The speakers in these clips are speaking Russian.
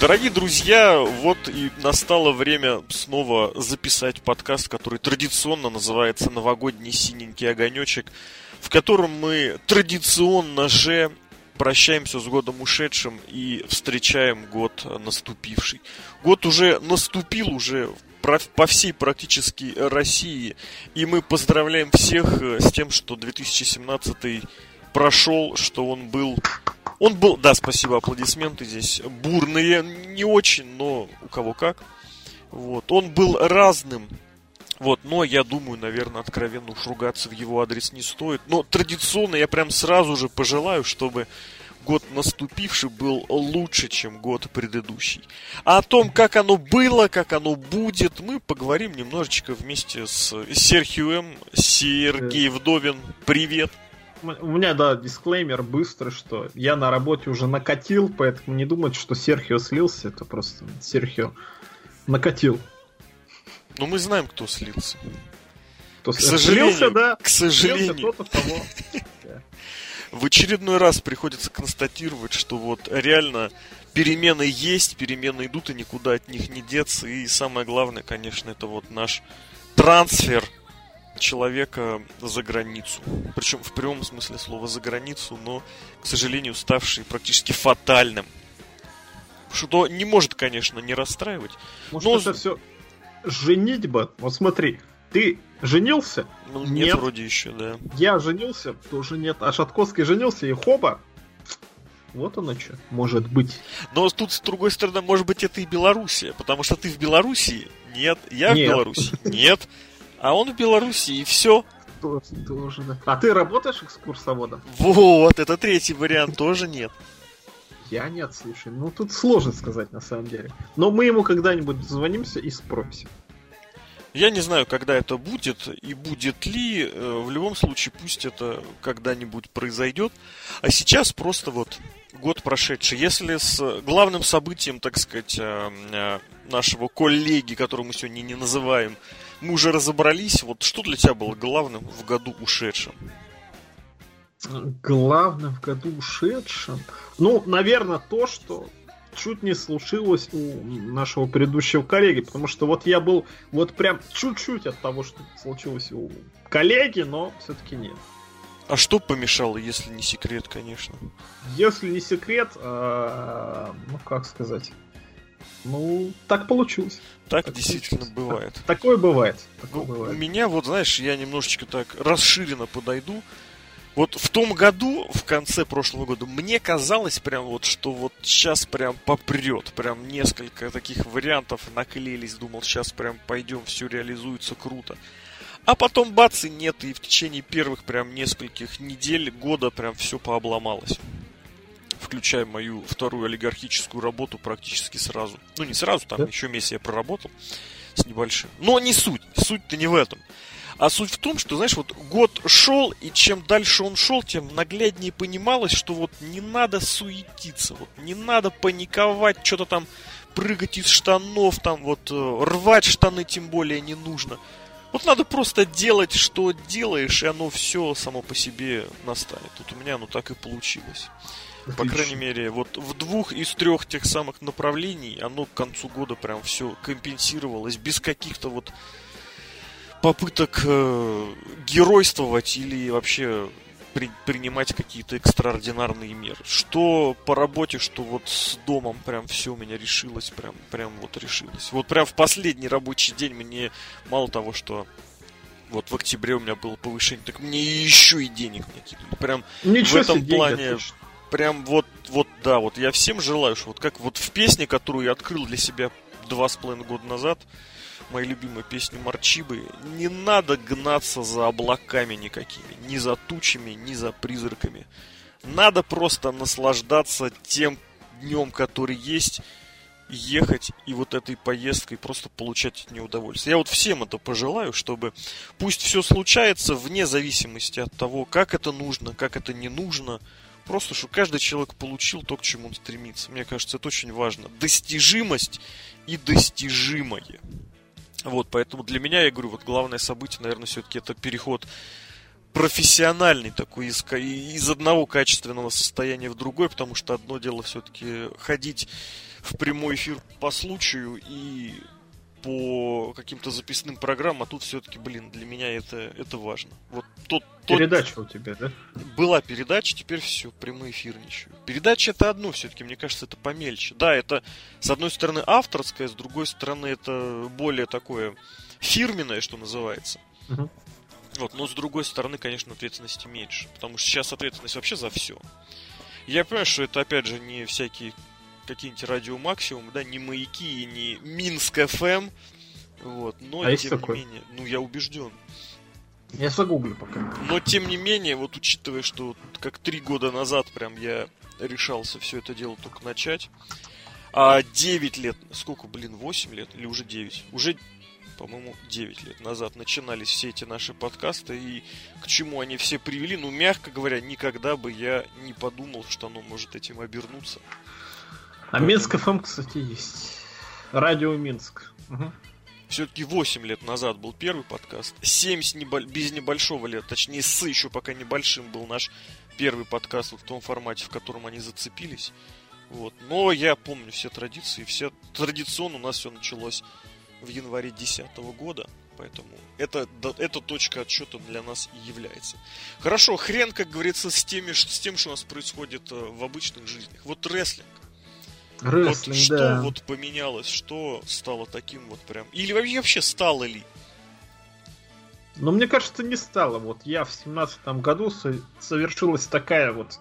Дорогие друзья, вот и настало время снова записать подкаст, который традиционно называется «Новогодний синенький огонечек», в котором мы традиционно же прощаемся с годом ушедшим и встречаем год наступивший. Год уже наступил, уже по всей практически России, и мы поздравляем всех с тем, что 2017 прошел, что он был, да, спасибо, аплодисменты здесь бурные, не очень, но у кого как. Вот, он был разным, вот, но я думаю, наверное, откровенно уж ругаться в его адрес не стоит. Но традиционно я прям сразу же пожелаю, чтобы год наступивший был лучше, чем год предыдущий. А о том, как оно было, как оно будет, мы поговорим немножечко вместе с Серхием. Сергей Вдовин, привет. У меня, да, дисклеймер быстрый, что я на работе уже накатил, поэтому не думайте, что Серхио слился, это просто Серхио накатил. Ну, мы знаем, кто слился. К сожалению, слился, да, к сожалению. В очередной раз приходится констатировать, что вот реально перемены есть, перемены идут, и никуда от них не деться. И самое главное, конечно, это вот наш трансфер человека за границу. Причем в прямом смысле слова за границу, но, к сожалению, ставший практически фатальным. Что не может, конечно, не расстраивать. Может, но это все женитьба? Вот смотри, ты женился? Ну, нет, вроде еще, да. Я женился? Тоже нет. А Шатковский женился, и хоба. Вот оно что, может быть. Но тут, с другой стороны, может быть, это и Белоруссия. Потому что ты в Белоруссии? Нет. Я в Беларуси? Нет. А он в Беларуси, и все. Тоже, да. А ты работаешь экскурсоводом? Вот, это третий вариант, тоже нет. Я нет, слушай. Ну, тут сложно сказать, на самом деле. Но мы ему когда-нибудь звонимся и спросим. Я не знаю, когда это будет и будет ли. В любом случае, пусть это когда-нибудь произойдет. А сейчас просто вот год прошедший. Если с главным событием, так сказать, нашего коллеги, которого мы сегодня не называем, мы уже разобрались, вот что для тебя было главным в году ушедшем? Главным в году ушедшем? Ну, наверное, то, что чуть не случилось у нашего предыдущего коллеги, потому что вот я был вот прям чуть-чуть от того, что случилось у коллеги, но все-таки нет. А что помешало, если не секрет, конечно? Если не секрет, ну как сказать, ну так получилось. Так действительно получилось. Бывает. Такое бывает. У меня вот, знаешь, я немножечко так расширенно подойду. Вот в том году, в конце прошлого года, мне казалось прям вот, что вот сейчас прям попрет. Прям несколько таких вариантов наклеились. Думал, сейчас прям пойдем, все реализуется круто. А потом бац, и нет. И в течение первых прям нескольких недель, года прям все пообломалось. Включая мою вторую олигархическую работу практически сразу. Ну, не сразу, там еще месяц я проработал с небольшим. Но не суть. Суть-то не в этом. А суть в том, что, знаешь, вот год шел, и чем дальше он шел, тем нагляднее понималось, что вот не надо суетиться, вот не надо паниковать, что-то там прыгать из штанов, там вот рвать штаны тем более не нужно. Вот надо просто делать, что делаешь, и оно все само по себе настанет. Вот у меня оно так и получилось. По крайней мере, вот в 2 из 3 тех самых направлений оно к концу года прям все компенсировалось, без каких-то вот попыток геройствовать или вообще принимать какие-то экстраординарные меры. Что по работе, что вот с домом прям все у меня решилось, прям вот решилось. Вот прям в последний рабочий день мне мало того, что вот в октябре у меня было повышение, так мне еще и денег накинули. Прям ничего в этом плане, прям вот да, вот я всем желаю, что вот как вот в песне, которую я открыл для себя 2,5 года назад, мои любимые песни Марчибы, не надо гнаться за облаками никакими, ни за тучами, ни за призраками. Надо просто наслаждаться тем днем, который есть, ехать и вот этой поездкой просто получать от нее удовольствие. Я вот всем это пожелаю, чтобы пусть все случается вне зависимости от того, как это нужно, как это не нужно. Просто, чтобы каждый человек получил то, к чему он стремится. Мне кажется, это очень важно. Достижимость и достижимое. Вот, поэтому для меня, я говорю, вот главное событие, наверное, все-таки это переход профессиональный такой, из одного качественного состояния в другой, потому что одно дело все-таки ходить в прямой эфир по случаю и по каким-то записным программам, а тут все-таки, для меня это важно. Вот передача у тебя, да? Была передача, теперь все, прямой эфир ничего. Передача это одно все-таки, мне кажется, это помельче. Да, это с одной стороны авторское, с другой стороны это более такое фирменное, что называется. Угу. Вот, но с другой стороны, конечно, ответственности меньше, потому что сейчас ответственность вообще за все. Я понимаю, что это, опять же, не всякие какие-нибудь радио Максимум, да, не Маяки и не Минск ФМ, вот, но тем не менее, я убежден. Я загуглю пока. Но тем не менее, вот учитывая, что как 3 года назад прям я решался все это дело только начать, а 9 лет, 8 лет или уже 9? Уже, по-моему, 9 лет назад начинались все эти наши подкасты, и к чему они все привели, мягко говоря, никогда бы я не подумал, что оно может этим обернуться. А Минск ФМ, кстати, есть. Радио Минск. Угу. Все-таки 8 лет назад был первый подкаст. 7 без небольшого лет, точнее с еще пока небольшим был наш первый подкаст вот в том формате, в котором они зацепились. Вот. Но я помню все традиции. Традиционно у нас все началось в январе 2010 года. Поэтому это точка отсчета для нас и является. Хорошо, хрен, как говорится, с тем, что у нас происходит в обычных жизнях. Вот рестлинг. Рестлинг, вот да. Что вот поменялось, что стало таким вот прям... Или вообще стало ли? Мне кажется, не стало. Вот я в 17-м году совершилась такая вот,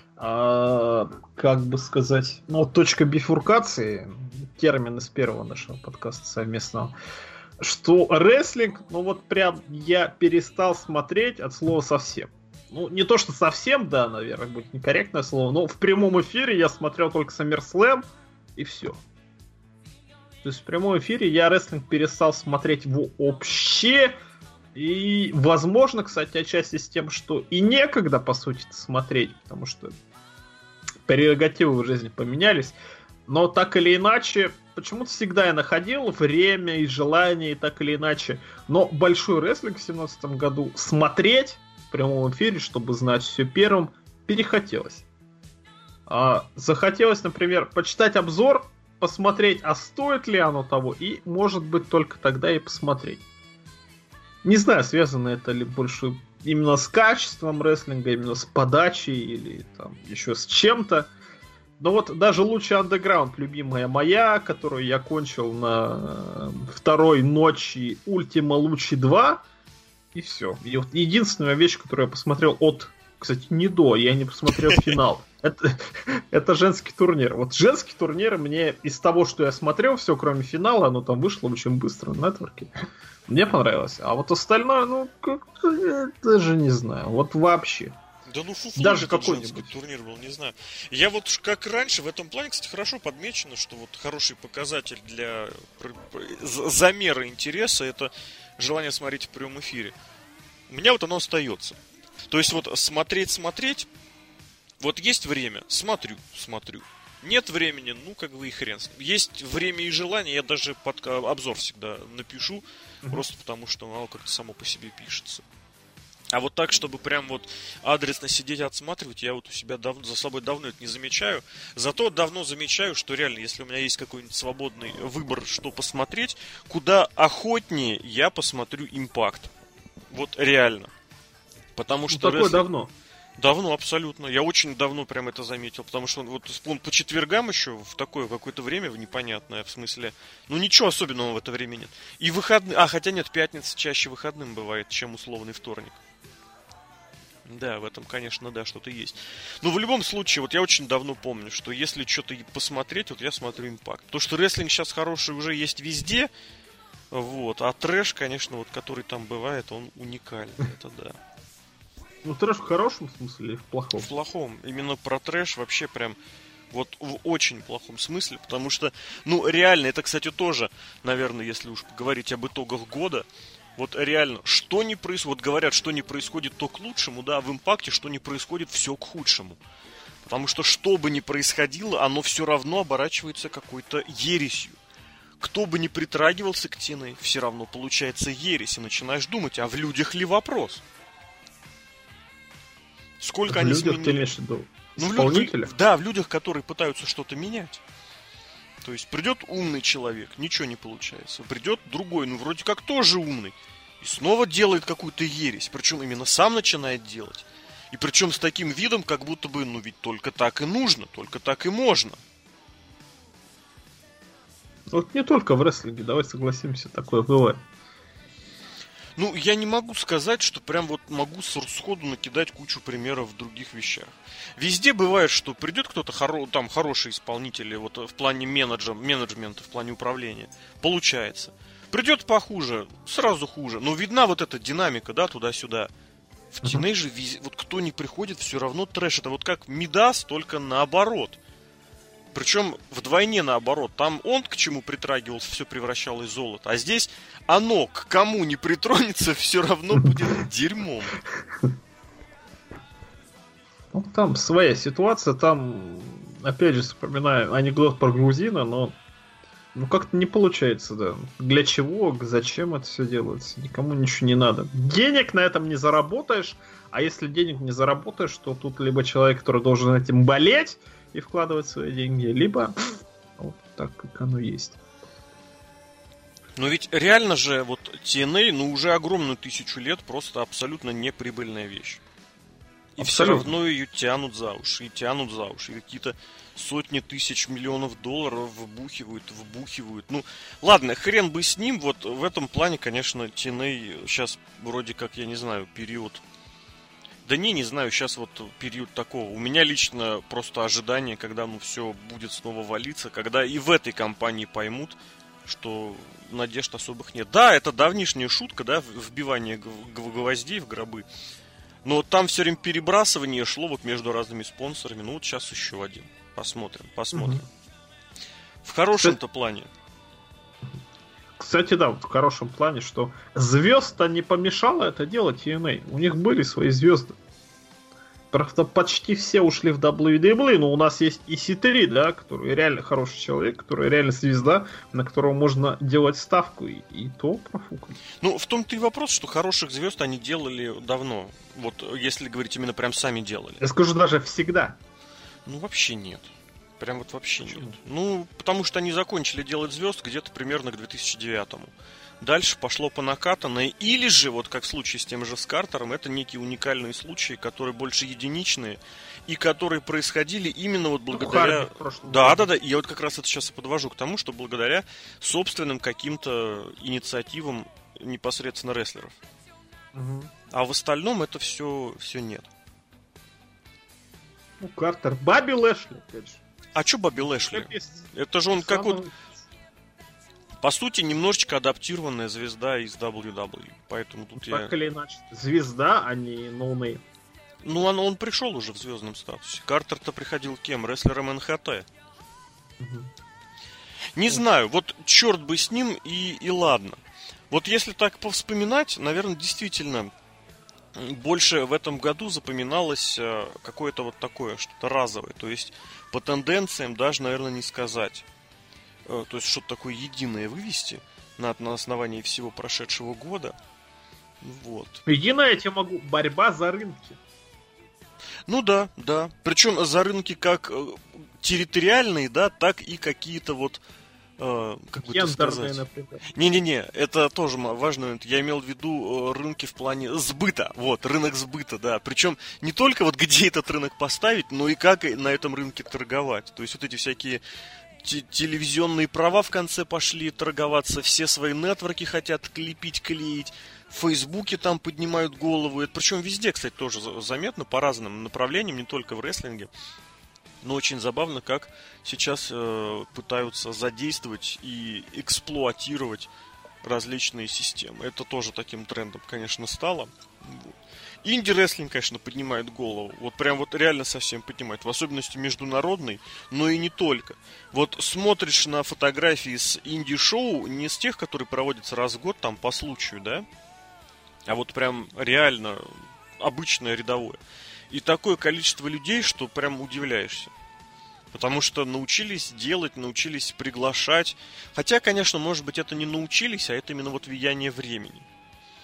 как бы сказать, точка бифуркации, термин из первого нашего подкаста совместного, что рестлинг, прям я перестал смотреть от слова совсем. Не то, что совсем, да, наверное, будет некорректное слово, но в прямом эфире я смотрел только SummerSlam, и все. То есть в прямом эфире я рестлинг перестал смотреть вообще, и, возможно, кстати, отчасти с тем, что и некогда, по сути, смотреть, потому что прерогативы в жизни поменялись, но так или иначе, почему-то всегда я находил время и желание, и так или иначе, но большой рестлинг в 2017 году смотреть в прямом эфире, чтобы знать все первым, перехотелось. Захотелось, например, почитать обзор, посмотреть, а стоит ли оно того, и, может быть, только тогда и посмотреть. Не знаю, связано это ли больше именно с качеством рестлинга, именно с подачей или там еще с чем-то. Но вот даже лучший андеграунд, любимая моя, которую я кончил на второй ночи Ultima Lucha 2, и все. И вот единственная вещь, которую я посмотрел кстати, не до, я не посмотрел финал. Это женский турнир. Вот женский турнир мне из того, что я смотрел, все кроме финала, оно там вышло очень быстро на нетворке. Мне понравилось. А вот остальное, как-то я даже не знаю. Вот вообще. Да фу, даже этот какой-нибудь женский турнир был, не знаю. Я вот как раньше в этом плане, кстати, хорошо подмечено, что вот хороший показатель для замера интереса — это желание смотреть в прямом эфире. У меня вот оно остается. То есть вот смотреть, вот есть время, смотрю. Нет времени, как бы и хрен с ним. Есть время и желание, я даже обзор всегда напишу, просто потому что оно как-то само по себе пишется. А вот так, чтобы прям вот адресно сидеть и отсматривать, я вот у себя за собой давно это не замечаю. Зато давно замечаю, что реально, если у меня есть какой-нибудь свободный выбор, что посмотреть, куда охотнее я посмотрю Импакт. Вот реально. Потому что такое давно. Давно, абсолютно. Я очень давно прям это заметил, потому что вот он по четвергам еще в такое какое-то время, в непонятное, в смысле, ничего особенного в это время нет. И выходные, хотя нет, пятница чаще выходным бывает, чем условный вторник. Да, в этом, конечно, да, что-то есть. Но в любом случае, вот я очень давно помню, что если что-то посмотреть, вот я смотрю Импакт. Потому что рестлинг сейчас хороший уже есть везде, вот, а трэш, конечно, вот который там бывает, он уникальный, это да. Трэш в хорошем смысле или в плохом? В плохом. Именно про трэш вообще прям вот в очень плохом смысле, потому что, реально, это, кстати, тоже, наверное, если уж поговорить об итогах года, вот реально, что не происходит, вот говорят, что не происходит, то к лучшему, да, в Импакте, что не происходит, все к худшему. Потому что бы ни происходило, оно все равно оборачивается какой-то ересью. Кто бы ни притрагивался к теме, все равно получается ересь, и начинаешь думать, а в людях ли вопрос? Сколько В они людях ты сменили? имеешь в виду? Ну, Исполнителя? да, в людях, которые пытаются что-то менять. То есть придет умный человек, ничего не получается. Придет другой, ну вроде как тоже умный. И снова делает какую-то ересь. Причем именно сам начинает делать. И причем с таким видом, как будто бы, ну ведь только так и нужно, только так и можно. Вот не только в рестлинге, давай согласимся, такое бывает. Ну, я не могу сказать, что прям вот могу сходу накидать кучу примеров в других вещах. Везде бывает, что придет кто-то там хороший исполнитель, вот в плане менеджмента, в плане управления. Получается. Придет похуже, сразу хуже. Но видна вот эта динамика, да, туда-сюда. В Тинейже вот кто не приходит, все равно трэш. Это вот как Мидас, только наоборот. Причем вдвойне наоборот. Там он к чему притрагивался, все превращалось в золото. А здесь оно к кому не притронется, все равно будет дерьмом. Ну, там своя ситуация, там, опять же, вспоминаю анекдот про грузина, но ну как-то не получается, да. Для чего, зачем это все делается? Никому ничего не надо. Денег на этом не заработаешь, а если денег не заработаешь, то тут либо человек, который должен этим болеть и вкладывать свои деньги, либо вот так, как оно есть. Но ведь реально же вот TNA, ну уже огромную 1000 лет просто абсолютно неприбыльная вещь. И абсолютно. Все равно ее тянут за уши, и тянут за уши. И какие-то сотни тысяч миллионов долларов вбухивают. Ну, ладно, хрен бы с ним. Вот в этом плане, конечно, TNA сейчас вроде как, я не знаю, период... Да не знаю, сейчас вот период такого. У меня лично просто ожидание, когда ну все будет снова валиться, когда и в этой компании поймут, что надежд особых нет. Да, это давнишняя шутка, да, вбивание гвоздей в гробы. Но там все время перебрасывание шло вот между разными спонсорами. Ну вот сейчас еще один. Посмотрим. В хорошем-то плане. Кстати, да, в хорошем плане, что звезд-то не помешало это делать TNA. У них были свои звезды. Правда, почти все ушли в WWE, но у нас есть EC3, да, который реально хороший человек, который реально звезда, на которого можно делать ставку, и то профукали. Ну, в том-то и вопрос, что хороших звезд они делали давно. Вот, если говорить, именно прям сами делали. Я скажу, даже всегда. Ну, вообще нет. Прям вот вообще нет. Ну, потому что они закончили делать звезд где-то примерно к 2009-му. Дальше пошло по накатанной. Или же, вот как в случае с тем же с Картером, это некие уникальные случаи, которые больше единичные, и которые происходили именно вот благодаря... Да. И я вот как раз это сейчас и подвожу к тому, что благодаря собственным каким-то инициативам непосредственно рестлеров. А в остальном это все нет. Ну, Картер. Бобби Лэшли, опять же. А чё Бобби Лэшли? Это же он как вот... По сути, немножечко адаптированная звезда из WWE. Поэтому тут так или иначе. Звезда, а не ноунейм. Ну, он пришел уже в звездном статусе. Картер-то приходил кем? Рестлером НХТ. Не знаю, вот черт бы с ним и ладно. Вот если так повспоминать, наверное, действительно... Больше в этом году запоминалось какое-то вот такое, что-то разовое. То есть по тенденциям даже, наверное, не сказать. То есть что-то такое единое вывести на основании всего прошедшего года. Вот. Единое я тебе могу. Борьба за рынки. Ну да. Причем за рынки как территориальные, да, так и какие-то вот... как бы это сказать? Например. Не-не-не, это тоже важно. Я имел в виду рынки в плане сбыта. Вот, рынок сбыта, да. Причем не только вот где этот рынок поставить, но и как на этом рынке торговать. То есть вот эти всякие телевизионные права в конце пошли торговаться, все свои нетворки хотят клеить. В Фейсбуке там поднимают голову. Это причем везде, кстати, тоже заметно, по разным направлениям, не только в рестлинге. Но очень забавно, как сейчас пытаются задействовать и эксплуатировать различные системы. Это тоже таким трендом, конечно, стало. Вот. Инди-рестлинг, конечно, поднимает голову. Вот прям вот реально совсем поднимает. В особенности международный, но и не только. Вот смотришь на фотографии с инди-шоу, не с тех, которые проводятся раз в год, там по случаю, да? А вот прям реально обычное, рядовое. И такое количество людей, что прям удивляешься. Потому что научились делать, научились приглашать. Хотя, конечно, может быть, это не научились, а это именно вот влияние времени.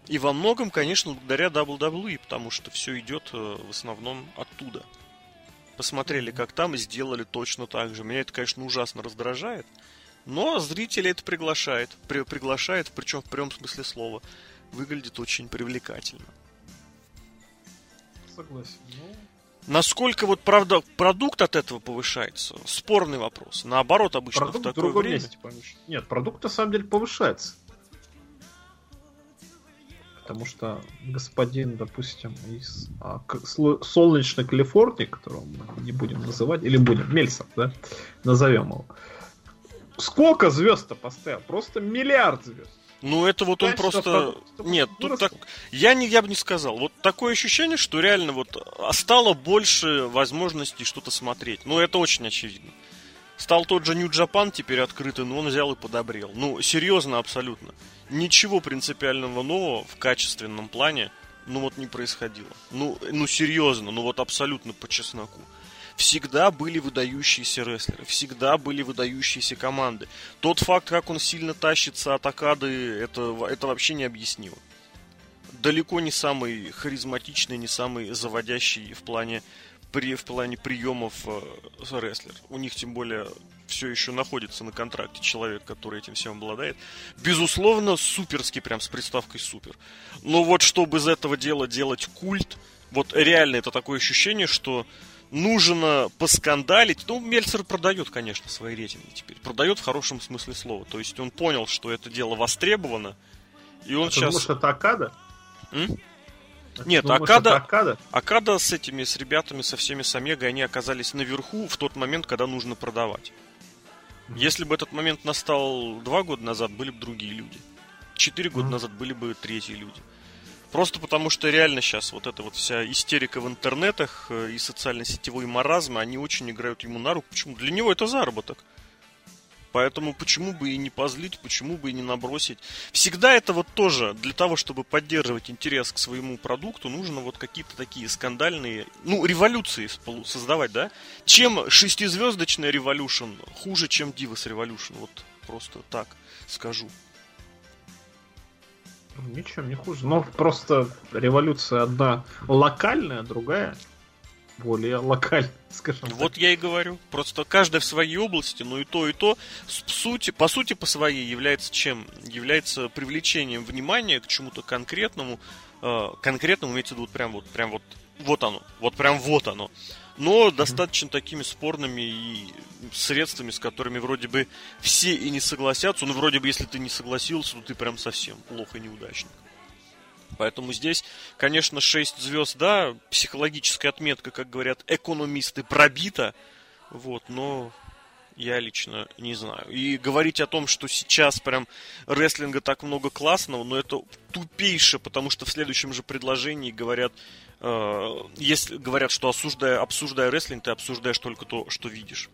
И во многом, конечно, благодаря WWE, потому что все идет в основном оттуда. Посмотрели, как там, и сделали точно так же. Меня это, конечно, ужасно раздражает, но зрители это приглашает, причем в прямом смысле слова. Выглядит очень привлекательно. Согласен. Насколько вот, правда, продукт от этого повышается? Спорный вопрос. Наоборот, обычно продукт в такое время... месте, нет, продукт на самом деле повышается. Потому что господин, допустим, из солнечной Калифорнии, которого мы не будем называть, или будем, Мельцер, да, назовем его. Сколько звезд-то поставил? Просто миллиард звезд. Ну, это вот он просто... Нет, тут так... Я бы не сказал. Вот такое ощущение, что реально вот стало больше возможностей что-то смотреть. Ну, это очень очевидно. Стал тот же New Japan теперь открытый, но он взял и подобрел. Ну, серьезно, абсолютно. Ничего принципиального нового в качественном плане, ну, вот не происходило. Ну, серьезно, ну, вот абсолютно по чесноку. Всегда были выдающиеся рестлеры, всегда были выдающиеся команды. Тот факт, как он сильно тащится от Окады, это вообще необъяснимо. Далеко не самый харизматичный, не самый заводящий в плане приемов рестлер. У них, тем более, все еще находится на контракте человек, который этим всем обладает. Безусловно, суперский, прям с приставкой супер. Но вот чтобы из этого дела делать культ, вот реально это такое ощущение, что нужно поскандалить. Ну, Мельцер продает, конечно, свои рейтинги теперь. Продает в хорошем смысле слова. То есть он понял, что это дело востребовано. И он сейчас... Думаешь, это Окада? Нет, Окада с ребятами, со всеми с Омегой, они оказались наверху в тот момент, когда нужно продавать. Если бы этот момент настал 2 года назад, были бы другие люди. 4 года назад были бы третьи люди. Просто потому, что реально сейчас вот эта вот вся истерика в интернетах и социально-сетевой маразм, они очень играют ему на руку. Почему? Для него это заработок. Поэтому почему бы и не позлить, почему бы и не набросить. Всегда это вот тоже для того, чтобы поддерживать интерес к своему продукту, нужно вот какие-то такие скандальные, революции создавать, да? Чем 6-звездочная Revolution хуже, чем Divas Revolution? Вот просто так скажу. Ничем не хуже. Но просто революция одна локальная, другая более локальная, скажем так. Вот я и говорю. Просто каждая в своей области, но и то, по сути по своей является чем? Является привлечением внимания к чему-то конкретному. Конкретному имеется в виду вот оно. Но достаточно такими спорными и средствами, с которыми вроде бы все и не согласятся. Ну, вроде бы, если ты не согласился, то ты прям совсем плохо неудачник. Поэтому здесь, конечно, 6 звезд, да, психологическая отметка, как говорят экономисты, пробита. Вот, но я лично не знаю. И говорить о том, что сейчас прям рестлинга так много классного, но это тупейше, потому что в следующем же предложении говорят, если говорят, что обсуждая рестлинг, ты обсуждаешь только то, что видишь.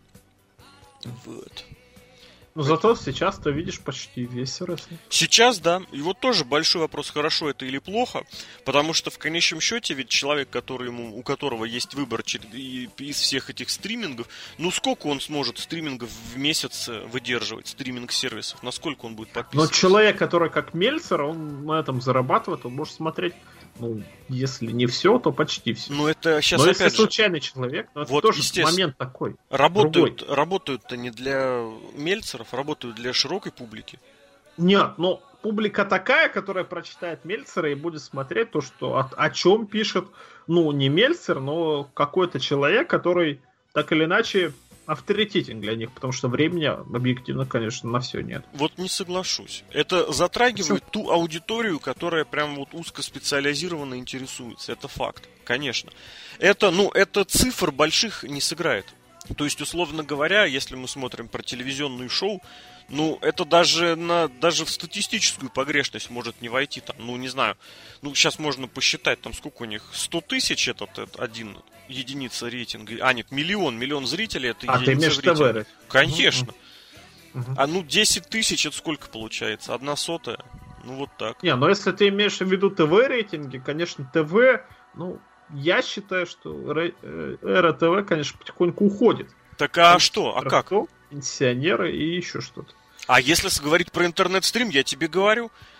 Вот. Но зато сейчас ты видишь почти весь рестлинг. Сейчас, да. И вот тоже большой вопрос, хорошо это или плохо. Потому что в конечном счете, ведь человек, у которого есть выбор из всех этих стримингов, ну сколько он сможет стримингов в месяц выдерживать, стриминг-сервисов? Насколько он будет подписываться? Но человек, который как Мельцер, он на этом зарабатывает, он может смотреть, если не все, то почти все. Ну, это сейчас но опять если же... случайный человек, то это тоже момент такой. Работают-то не для Мельцеров, работают для широкой публики. Нет, но публика такая, которая прочитает Мельцера и будет смотреть то, что о чем пишет, не Мельцер, но какой-то человек, который так или иначе авторитетен для них, потому что времени объективно, конечно, на все нет. Вот не соглашусь. Это затрагивает ту аудиторию, которая прям вот узкоспециализированно интересуется. Это факт, конечно. Это цифр больших не сыграет. То есть, условно говоря, если мы смотрим про телевизионные шоу, это даже в статистическую погрешность может не войти. Там, не знаю. Сейчас можно посчитать, там сколько у них. 100 тысяч этот один единица рейтинга. Нет, миллион зрителей это единица рейтинга. Конечно. А 10 тысяч это сколько получается? 1/100? Вот так. Но если ты имеешь в виду ТВ-рейтинги, конечно, ТВ, я считаю, что эра ТВ, конечно, потихоньку уходит. Так а что? А как? Пенсионеры и еще что-то. А если говорить про интернет-стрим, я тебе говорю,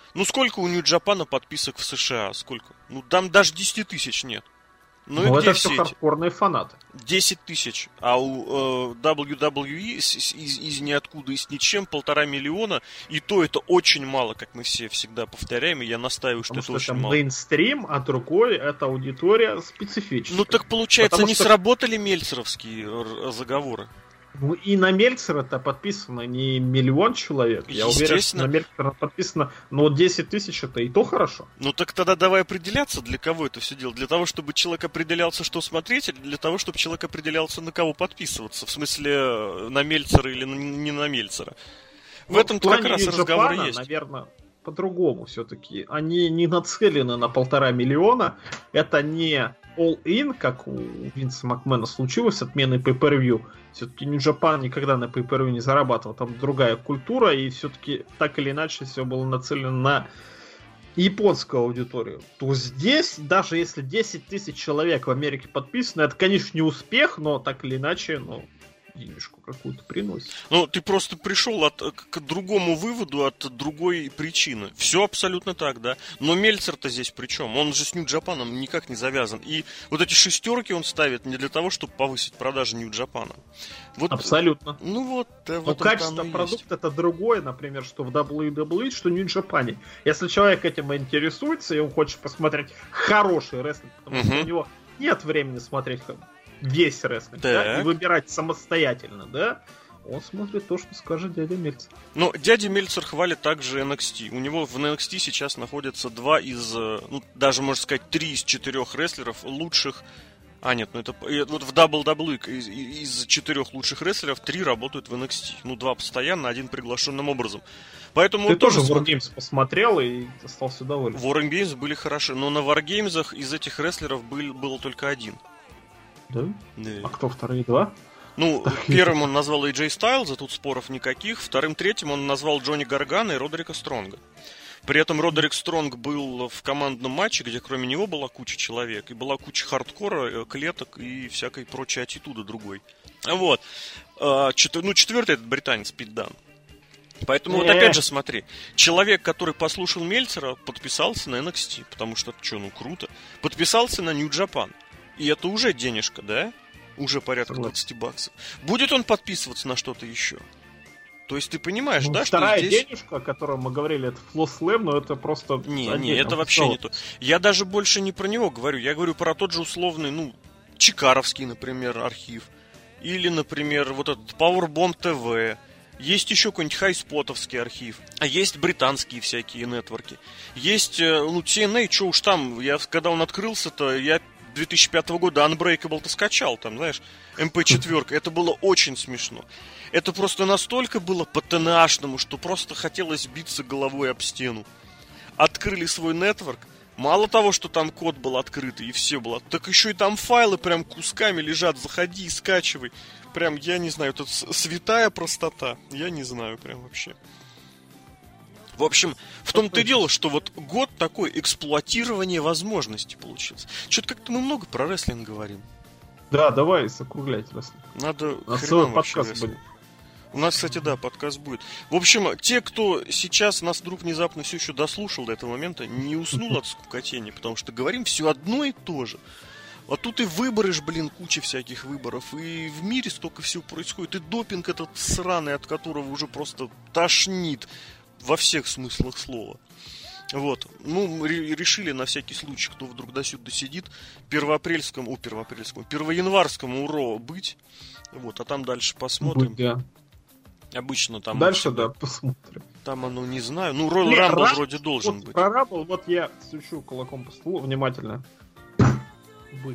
Ну, сколько у Нью-Джапана подписок в США? Сколько? Ну, там даже 10 тысяч нет. Ну, и где это все все эти? хардкорные фанаты. 10 тысяч. А у WWE из ниоткуда, из ничем 1,5 миллиона. И то это очень мало, как мы все всегда повторяем. И я настаиваю, что Потому это что очень это мало. мейнстрим, а другой это аудитория специфическая. Ну, так получается, Потому не что- сработали мельцеровские заговоры. Ну, и на Мельцера-то подписано не миллион человек. Я уверен, что Естественно. на Мельцера подписано, но 10 тысяч это и то хорошо. Ну так тогда давай определяться, для кого это все делать. Для того, чтобы человек определялся, что смотреть, или для того, чтобы человек определялся, на кого подписываться. В смысле, на Мельцера или не на Мельцера. В этом как раз и разговор есть. Наверное, по-другому все-таки. Они не нацелены на 1,5 миллиона. Это не all-in, как у Винса Макмена случилось с отменой pay-per-view. Все-таки New Japan никогда на pay-per-view не зарабатывал. Там другая культура, и все-таки так или иначе все было нацелено на японскую аудиторию. То здесь, даже если 10 тысяч человек в Америке подписано, это, конечно, не успех, но так или иначе, ну, денежку какую-то приносит. Ну, ты просто пришел к другому выводу от другой причины. Все абсолютно так, да. Но Мельцер-то здесь при чем? Он же с Нью-Джапаном никак не завязан. И вот эти шестерки он ставит не для того, чтобы повысить продажи Нью-Джапана. Вот, Абсолютно. ну вот, да, Но качество продукта это другое, например, что в WWE, что в New Japan. Если человек этим интересуется, и он хочет посмотреть хороший рестлинг, потому что у него нет времени смотреть весь рестлинг, да, и выбирать самостоятельно, да, он смотрит то, что скажет дядя Мельцер. Но дядя Мельцер хвалит также NXT. У него в NXT сейчас находятся 2 из, ну, даже, можно сказать, 3 из 4 рестлеров лучших. А, нет, ну это вот в WWE из 4 лучших рестлеров 3 работают в NXT. Ну, 2 постоянно, 1 приглашенным образом. Поэтому ты тоже Wargames посмотрел и остался доволен. Wargames были хороши, но на Wargames из этих рестлеров было только 1. Да? Да. А кто вторые 2? Ну, первым он назвал AJ Styles, тут споров никаких. Вторым, третьим он назвал Джонни Гаргана и Родерика Стронга. При этом Родерик Стронг был в командном матче, где кроме него была куча человек. И была куча хардкора, клеток и всякой прочей аттитуды другой. Вот. Четвертый этот британец Пит Дан. Поэтому вот опять же смотри. Человек, который послушал Мельцера, подписался на NXT. Потому что, круто. Подписался на New Japan. И это уже денежка, да? Уже порядка 20 баксов. Будет он подписываться на что-то еще? То есть ты понимаешь, да, вторая что здесь... денежка, о которой мы говорили, это Flow Slam, но это просто... Не, это вообще не то. Я даже больше не про него говорю. Я говорю про тот же условный, Чикаровский, например, архив. Или, например, вот этот Powerbomb TV. Есть еще какой-нибудь хайспотовский архив. А есть британские всякие нетворки. Есть, TNA, что уж там. Когда он открылся-то, я 2005 года Unbreakable-то скачал, там, знаешь, MP4. Это было очень смешно. Это просто настолько было по-ТНАшному, что просто хотелось биться головой об стену. Открыли свой нетворк. Мало того, что там код был открытый и все было, так еще и там файлы прям кусками лежат. Заходи и скачивай. Прям, я не знаю, это святая простота. Я не знаю прям вообще. В общем, в том-то и дело, что вот год такой эксплуатирования возможностей получился. Что-то как-то мы много про рестлинг говорим. Да, давай закруглять рестлинг. Надо хреново вообще рестлинг. У нас, кстати, да, подкаст будет. В общем, те, кто сейчас нас вдруг внезапно все еще дослушал до этого момента, не уснул от скукотения, потому что говорим все одно и то же. А тут и выборы ж, куча всяких выборов, и в мире столько всего происходит, и допинг этот сраный, от которого уже просто тошнит во всех смыслах слова. Вот. Решили на всякий случай, кто вдруг досюда сидит, первоянварскому УРО быть. Вот, а там дальше посмотрим. Будь, да. Обычно там... Дальше, да, посмотрим. Там не знаю. Royal Rumble вроде должен быть. Про Rumble, вот я стучу кулаком по столу, внимательно. Быть.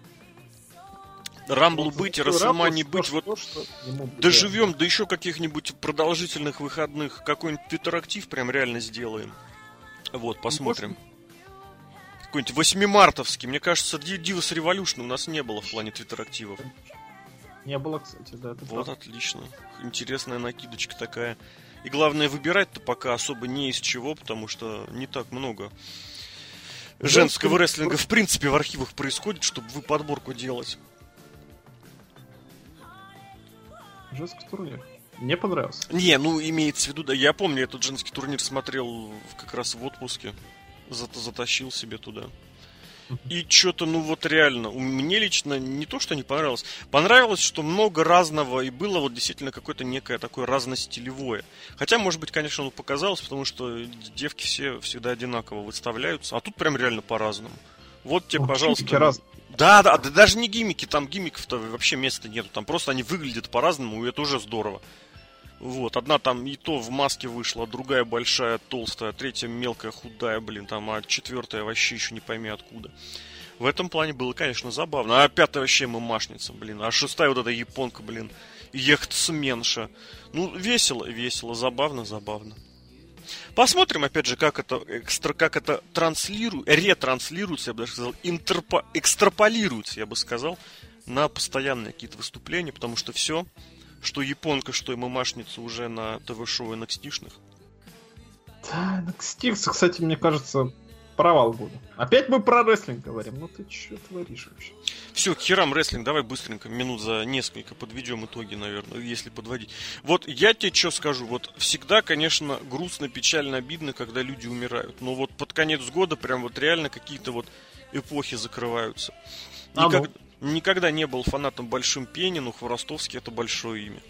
Рамблу быть, Расселмани быть, вот доживем до еще каких-нибудь продолжительных выходных, какой-нибудь твиттерактив прям реально сделаем. Вот, посмотрим. Какой-нибудь 8-мартовский. Мне кажется, Divas Revolution у нас не было в плане твиттерактивов. Не было, кстати, да. Вот, отлично. Интересная накидочка такая. И главное, выбирать-то пока особо не из чего, потому что не так много женского рестлинга в принципе в архивах происходит, чтобы вы подборку делать. Женский турнир. Мне понравился. Не, ну имеется в виду, да, я помню, этот женский турнир смотрел как раз в отпуске. Затащил себе туда. И что-то, ну вот реально, мне лично не то, что не понравилось. Понравилось, что много разного, и было вот действительно какое-то некое такое разностилевое. Хотя, может быть, конечно, оно показалось, потому что девки все всегда одинаково выставляются. А тут прям реально по-разному. Вот тебе, пожалуйста. Да, даже не гиммики, там гиммиков-то вообще места нету. Там просто они выглядят по-разному, и это уже здорово. Вот, одна там и то в маске вышла, другая большая, толстая, третья мелкая, худая, блин, там, а четвертая вообще еще не пойми откуда. В этом плане было, конечно, забавно. А пятая вообще мамашница, блин, а шестая вот эта японка, блин, яхтсменша. Ну, весело, забавно. Посмотрим, опять же, как это ретранслируется, я бы даже сказал, экстраполируется, я бы сказал, на постоянные какие-то выступления, потому что все... Что японка, что и мамашница уже на ТВ-шоу NXT-шных. Да, NXT, кстати, мне кажется, провал года. Опять мы про рестлинг говорим. Ну ты что творишь вообще? Все, к херам рестлинг, давай быстренько, минут за несколько подведем итоги, наверное, если подводить. Вот я тебе что скажу, вот всегда, конечно, грустно, печально, обидно, когда люди умирают. Но вот под конец года прям вот реально какие-то вот эпохи закрываются. Никогда не был фанатом Большим Пенни, но Хворостовский это большое имя.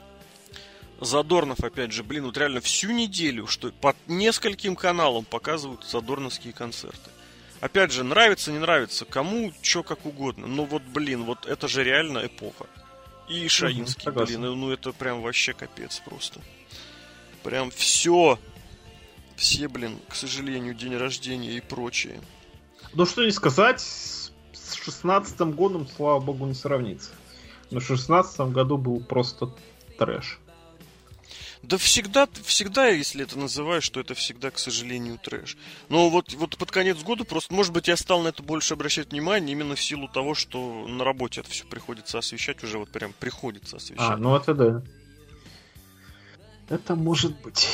Задорнов, опять же, блин, вот реально всю неделю, что под нескольким каналам показывают задорновские концерты. Опять же, нравится, не нравится, кому, что как угодно. Но вот, блин, вот это же реально эпоха. И Шаинский, блин, ну это прям вообще капец просто. Прям все, блин, к сожалению, день рождения и прочее. Ну что не сказать... С 16-м годом, слава богу, не сравнится. Но в 16-м году был просто трэш. Да всегда, если это называешь, что это всегда, к сожалению, трэш. Но вот под конец года просто, может быть, я стал на это больше обращать внимание именно в силу того, что на работе это все приходится освещать, уже вот прям приходится освещать. Ну это да. Это может быть.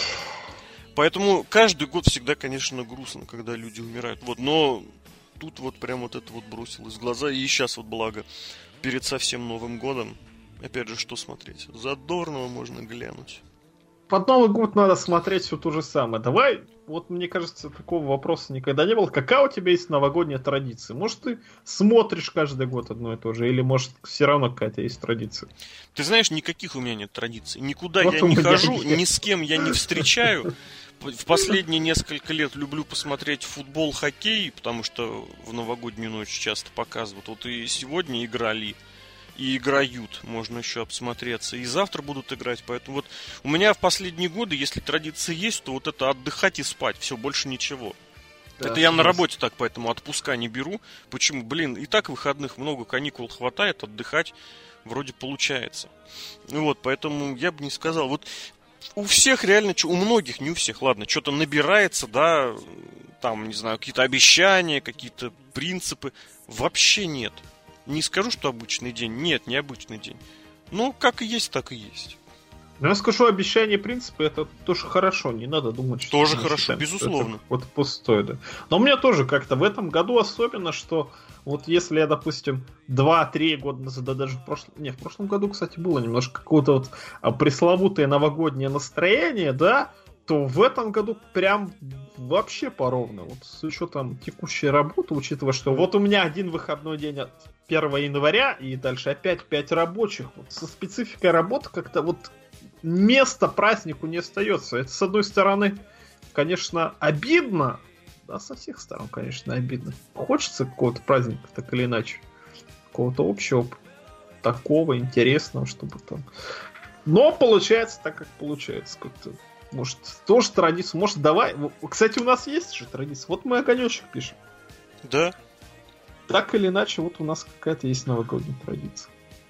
Поэтому каждый год всегда, конечно, грустно, когда люди умирают. Вот, но... Тут вот прям вот это вот бросилось в глаза. И сейчас вот благо перед совсем Новым годом. Опять же, что смотреть? Задорного можно глянуть. Под Новый год надо смотреть все то же самое. Давай, вот мне кажется, такого вопроса никогда не было. Какая у тебя есть новогодняя традиция? Может, ты смотришь каждый год одно и то же? Или, может, все равно какая-то есть традиция? Ты знаешь, никаких у меня нет традиций. Никуда вот я не хожу, ни с кем я не встречаю. В последние несколько лет люблю посмотреть футбол, хоккей, потому что в новогоднюю ночь часто показывают. Вот и сегодня играли, и играют, можно еще обсмотреться. И завтра будут играть, поэтому вот у меня в последние годы, если традиция есть, то вот это отдыхать и спать, все, больше ничего. Да, это я на работе так, поэтому отпуска не беру. Почему? Блин, и так выходных много, каникул хватает, отдыхать вроде получается. Вот, поэтому я бы не сказал. Вот у всех реально, у многих, не у всех, ладно, что-то набирается, да, там, не знаю, какие-то обещания, какие-то принципы. Вообще нет. Не скажу, что обычный день. Нет, не обычный день. Ну, как и есть, так и есть. Но я скажу, обещания, принципы, это тоже хорошо. Не надо думать, что... Тоже хорошо, безусловно. Вот пустое, да. Но у меня тоже как-то в этом году особенно, что вот если я, допустим, 2-3 года назад, да даже в прошлом году, кстати, было немножко какое-то вот пресловутое новогоднее настроение, да, то в этом году прям вообще поровну. Вот с учетом текущей работы, учитывая, что вот у меня один выходной день от 1 января, и дальше опять 5 рабочих. Вот со спецификой работы как-то вот места празднику не остается. Это, с одной стороны, конечно, обидно. Да, со всех сторон, конечно, обидно. Хочется какого-то праздника, так или иначе. Какого-то общего, такого интересного, чтобы там... Но получается так, как получается. Как-то, может, тоже традицию. Может, давай... Кстати, у нас есть же традиция. Вот мы огонечек пишем. Да. Так или иначе, вот у нас какая-то есть новогодняя традиция.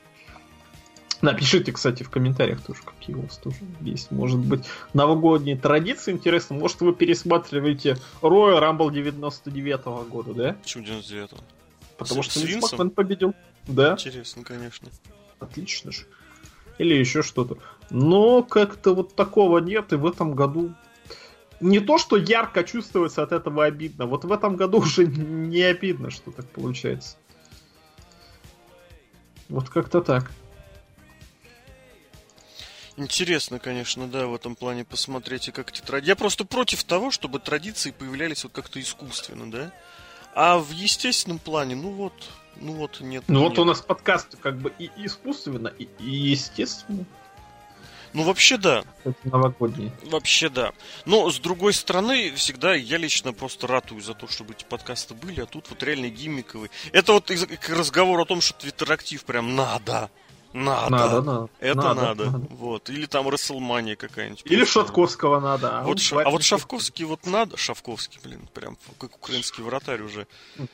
Напишите, кстати, в комментариях тоже, какие у вас тоже есть. Может быть, новогодние традиции, интересно. Может, вы пересматриваете Royal Rumble 99-го года, да? Почему 99-го? Потому что Винс Макмен победил. Да. Интересно, конечно. Отлично же. Или еще что-то. Но как-то вот такого нет, и в этом году... Не то, что ярко чувствуется от этого обидно. Вот в этом году уже не обидно, что так получается. Вот как-то так. Интересно, конечно, да, в этом плане посмотреть, и как эти традиции. Я просто против того, чтобы традиции появлялись вот как-то искусственно, да? А в естественном плане, ну вот, нет. Ну вот нет. у нас подкаст как бы и искусственно, и естественно. Ну, вообще, да. Это новогодние. Вообще, да. Но, с другой стороны, всегда я лично просто ратую за то, чтобы эти подкасты были, а тут вот реально гиммиковые. Это вот к разговору о том, что твиттерактив прям надо. Надо. Это надо. Вот. Или там Расселмания какая-нибудь. Или Шатковского надо. Вот Шавковский вот надо. Шавковский, блин, прям как украинский вратарь уже.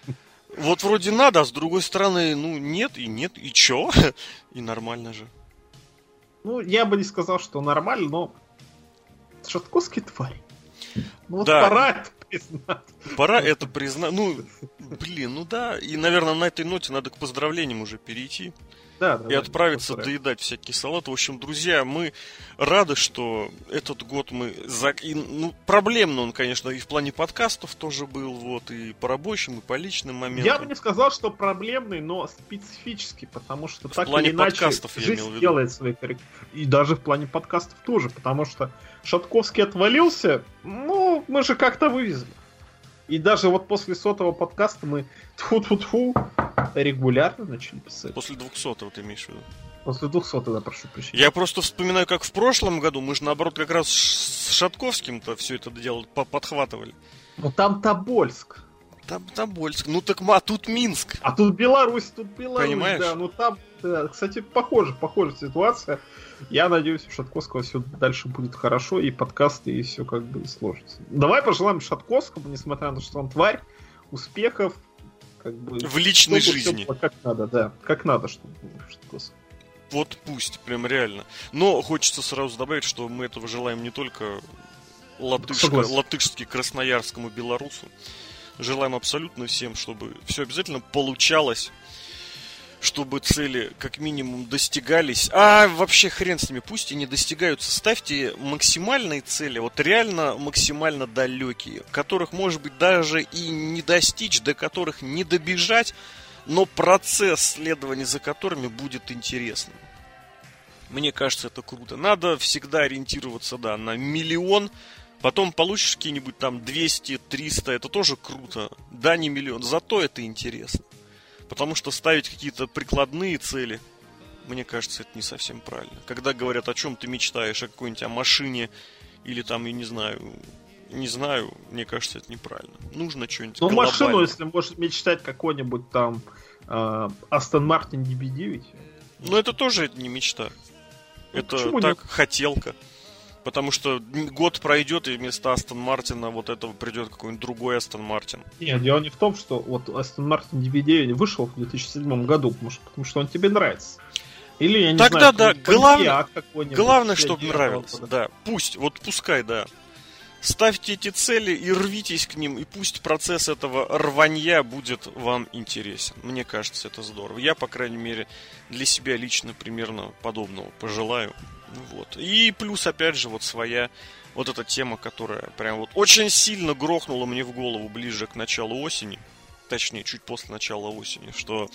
Вот вроде надо, а с другой стороны, ну, нет, и чё? И нормально же. Ну, я бы не сказал, что нормально, но Шатковский тварь. Ну, да. Вот пора это признать. Пора это признать. Ну, блин, ну да. И, наверное, на этой ноте надо к поздравлениям уже перейти. Да, и отправиться доедать всякие салаты. В общем, друзья, мы рады, что этот год мы... Ну, проблемно он, конечно, и в плане подкастов тоже был, вот, и по рабочим, и по личным моментам. Я бы не сказал, что проблемный, но специфический, потому что в так плане или иначе подкастов, жизнь делает свои коррективы. И даже в плане подкастов тоже, потому что Шатковский отвалился, ну, мы же как-то вывезли. И даже вот после 100-го подкаста мы тьфу-тьфу-тьфу регулярно начали писать. После 200-го ты имеешь в виду? После 200-го, да, прошу прощения. Я просто вспоминаю, как в прошлом году мы же, наоборот, как раз с Шатковским-то все это дело подхватывали. Ну там Тобольск. Там Тобольск. Ну так, а тут Минск. А тут Беларусь, Понимаешь? Да. Ну там, да, кстати, похожая ситуация. Я надеюсь, у Шатковского все дальше будет хорошо, и подкасты, и все как бы сложится. Давай пожелаем Шатковскому, несмотря на то, что он тварь, успехов, как бы... В личной жизни. Как надо, да. Как надо, чтобы было Шатковскому. Вот пусть, прям реально. Но хочется сразу добавить, что мы этого желаем не только латышски-красноярскому белорусу. Желаем абсолютно всем, чтобы все обязательно получалось, чтобы цели как минимум достигались. А вообще хрен с ними, пусть и не достигаются. Ставьте максимальные цели, вот реально максимально далекие, которых, может быть, даже и не достичь, до которых не добежать, но процесс следования за которыми будет интересным. Мне кажется, это круто. Надо всегда ориентироваться, да, на миллион. Потом получишь какие-нибудь там 200, 300, это тоже круто. Да, не миллион, зато это интересно. Потому что ставить какие-то прикладные цели, мне кажется, это не совсем правильно. Когда говорят, о чем ты мечтаешь, о какой-нибудь о машине, или там, я не знаю, мне кажется, это неправильно. Нужно что-нибудь глобальное. Ну, машину, если можешь мечтать какой-нибудь там Aston Martin DB9. Ну, это тоже не мечта. Ну, это так, нет? Хотелка. Потому что год пройдет, и вместо Астон Мартина вот этого придет какой-нибудь другой Астон Мартин. Нет, дело не в том, что вот Aston Martin DB9 вышел в 2007 году, потому что он тебе нравится. Или, я не тогда знаю, да, главное, чтобы нравился. Да, пускай, да. Ставьте эти цели и рвитесь к ним, и пусть процесс этого рванья будет вам интересен. Мне кажется, это здорово. Я, по крайней мере, для себя лично примерно подобного пожелаю. Вот. И плюс, опять же, вот своя вот эта тема, которая прям вот очень сильно грохнула мне в голову ближе к началу осени. Точнее, чуть после начала осени, что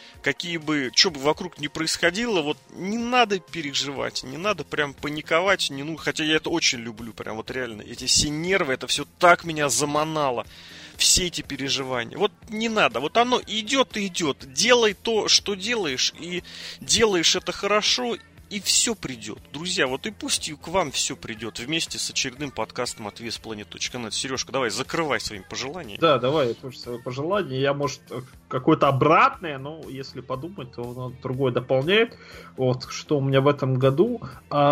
что бы вокруг ни происходило, вот не надо переживать, не надо прям паниковать, хотя я это очень люблю, прям вот реально, эти все нервы, это все так меня заманало, все эти переживания. Вот не надо, вот оно идет и идет, делай то, что делаешь, и делаешь это хорошо, и все придет. Друзья, вот и пусть и к вам все придет вместе с очередным подкастом от VSPlanet.net. Сережка, давай, закрывай своими пожеланиями. Да, давай, я тоже свои пожелания. Я, может, какое-то обратное, но если подумать, то оно другое дополняет. Вот, что у меня в этом году.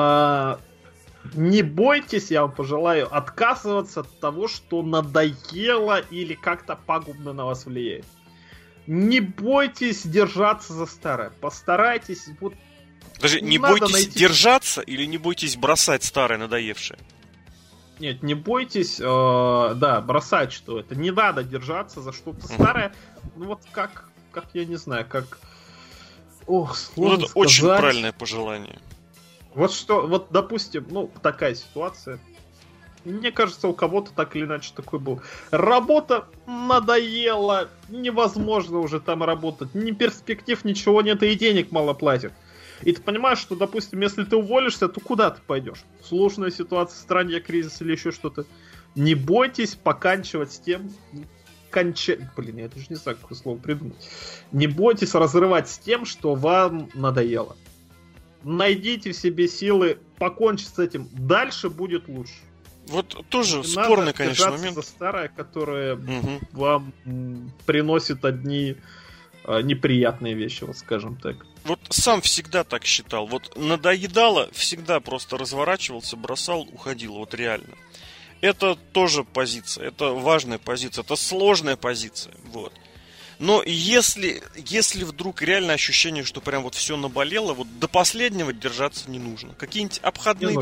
Не бойтесь, я вам пожелаю, отказываться от того, что надоело или как-то пагубно на вас влияет. Не бойтесь держаться за старое. Постарайтесь, вот. Даже не бойтесь держаться или не бойтесь бросать старое, надоевшее? Нет, не бойтесь, бросать что это. Не надо держаться за что-то старое. Ну вот как я не знаю, как... Ох, сложно это сказать. Очень правильное пожелание. Вот, допустим, такая ситуация. Мне кажется, у кого-то так или иначе такой был. Работа надоела, невозможно уже там работать. Ни перспектив, ничего нет, и денег мало платят. И ты понимаешь, что, допустим, если ты уволишься, то куда ты пойдешь? Сложная ситуация, стране, кризис или еще что-то. Не бойтесь поканчивать с тем... Блин, я даже не знаю, какое слово придумать. Не бойтесь разрывать с тем, что вам надоело. Найдите в себе силы покончить с этим. Дальше будет лучше. Вот тоже не спорный, конечно, момент. За старое, которое вам приносит одни неприятные вещи, вот скажем так. Вот сам всегда так считал. Вот надоедало, всегда просто разворачивался, бросал, уходил. Вот реально. Это тоже позиция, это важная позиция, это сложная позиция. Вот. Но если вдруг реально ощущение, что прям вот все наболело, вот до последнего держаться не нужно. Какие-нибудь обходные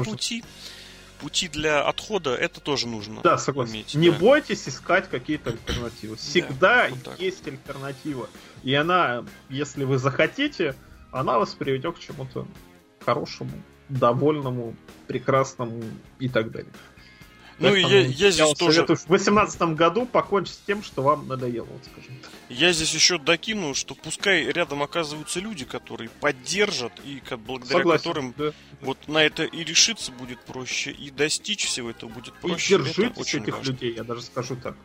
пути для отхода, это тоже нужно. Да, согласен. Иметь, не да. бойтесь искать какие-то альтернативы. Всегда вот есть альтернатива. И она, если вы захотите, она вас приведет к чему-то хорошему, довольному, прекрасному и так далее. Ну и я здесь тоже... В 2018 году покончить с тем, что вам надоело, вот скажем так. Я здесь еще докину, что пускай рядом оказываются люди, которые поддержат, и благодаря которым вот на это и решиться будет проще, и достичь всего этого будет проще. И держитесь этих людей, я даже скажу так.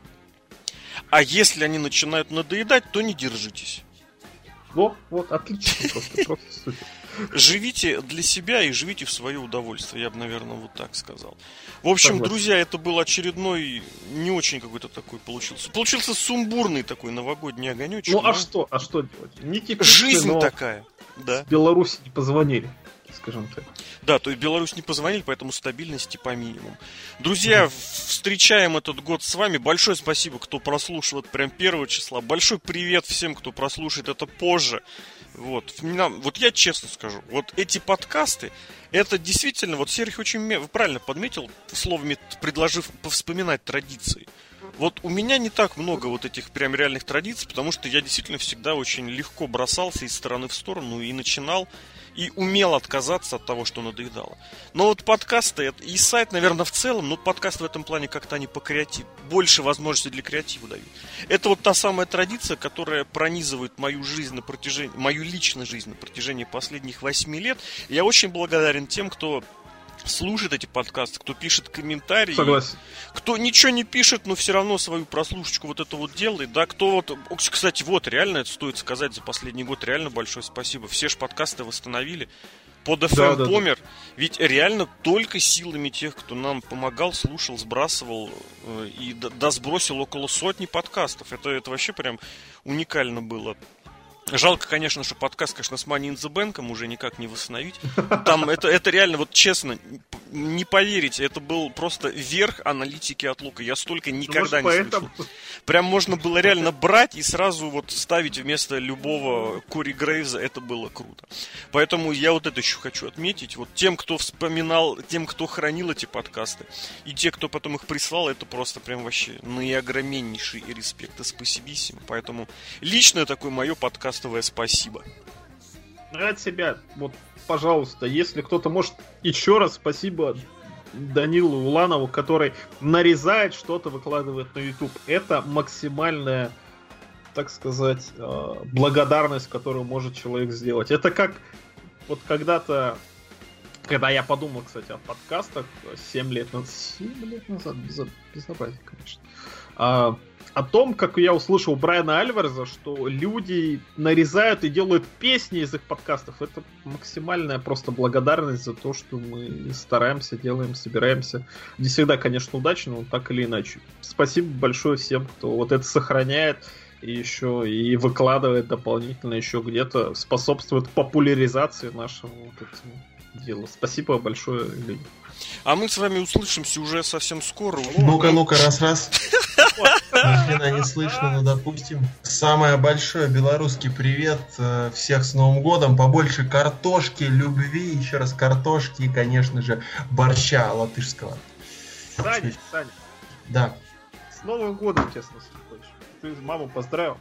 А если они начинают надоедать, то не держитесь. Вот, отлично, просто супер. Живите для себя и живите в свое удовольствие, я бы, наверное, вот так сказал. В общем, Согласен. Друзья, это был очередной, не очень какой-то такой получился. Получился сумбурный такой новогодний огонечек. Ну, а что делать? Не жизнь такая, да. В Беларуси не позвонили, скажем так. Да, то есть в Беларусь не позвонили, поэтому стабильности по минимуму. Друзья, встречаем этот год с вами. Большое спасибо, кто прослушал это прям 1 числа. Большой привет всем, кто прослушает это позже. Вот я честно скажу, вот эти подкасты, это действительно, вот Серхий очень правильно подметил, словами предложив повспоминать традиции. Вот у меня не так много вот этих прям реальных традиций, потому что я действительно всегда очень легко бросался из стороны в сторону и начинал, и умел отказаться от того, что надоедало. Но вот подкасты, и сайт, наверное, в целом, но подкасты в этом плане как-то они больше возможностей для креатива дают. Это вот та самая традиция, которая пронизывает мою личную жизнь на протяжении последних 8 лет. Я очень благодарен тем, кто слушает эти подкасты, кто пишет комментарии. Согласен. Кто ничего не пишет, но все равно свою прослушечку вот это вот делает, да, кто вот, кстати, вот, реально, это стоит сказать, за последний год реально большое спасибо, все же подкасты восстановили, под FM помер, ведь реально только силами тех, кто нам помогал, слушал, сбрасывал и сбросил около 100 подкастов, это вообще прям уникально было. Жалко, конечно, что подкаст, конечно, с Money in the Bank уже никак не восстановить. Там это реально, вот честно, не поверите, это был просто верх аналитики от Лука. Я столько никогда не слышал. Прям можно было реально брать и сразу вот ставить вместо любого Кори Грейвза, это было круто. Поэтому я вот это еще хочу отметить. Вот тем, кто вспоминал, тем, кто хранил эти подкасты, и те, кто потом их прислал, это просто прям вообще наиогроменнейший респект и спасибиссимо. Поэтому личное такое мое подкастовое спасибо. От себя, вот, пожалуйста, если кто-то может, еще раз спасибо Данилу Уланову, который нарезает что-то, выкладывает на YouTube. Это максимальная, так сказать, благодарность, которую может человек сделать. Это как вот когда-то, когда я подумал, кстати, о подкастах 7 лет назад, безобразие, конечно, о том, как я услышал Брайана Альвареза, что люди нарезают и делают песни из их подкастов. Это максимальная просто благодарность за то, что мы стараемся, делаем, собираемся. Не всегда, конечно, удачно, но так или иначе. Спасибо большое всем, кто вот это сохраняет и еще и выкладывает дополнительно еще где-то, способствует популяризации нашего вот этого дела. Спасибо большое, люди. А мы с вами услышимся уже совсем скоро. Ну-ка, раз. Ни хрена не слышно, но допустим. Самое большое белорусский привет. Всех с Новым годом. Побольше картошки, любви, еще раз картошки и, конечно же, борща латышского. Саня. Да. С Новым годом, честно сказать. Ты маму поздравил?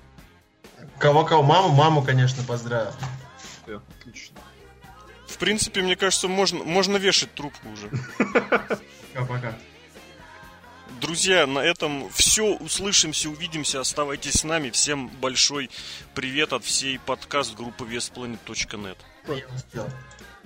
Кого? Маму, конечно, поздравил. Все, отлично. В принципе, мне кажется, можно вешать трубку уже. Пока. друзья, на этом все. Услышимся, увидимся. Оставайтесь с нами. Всем большой привет от всей подкаст-группы westplanet.net. Я успел.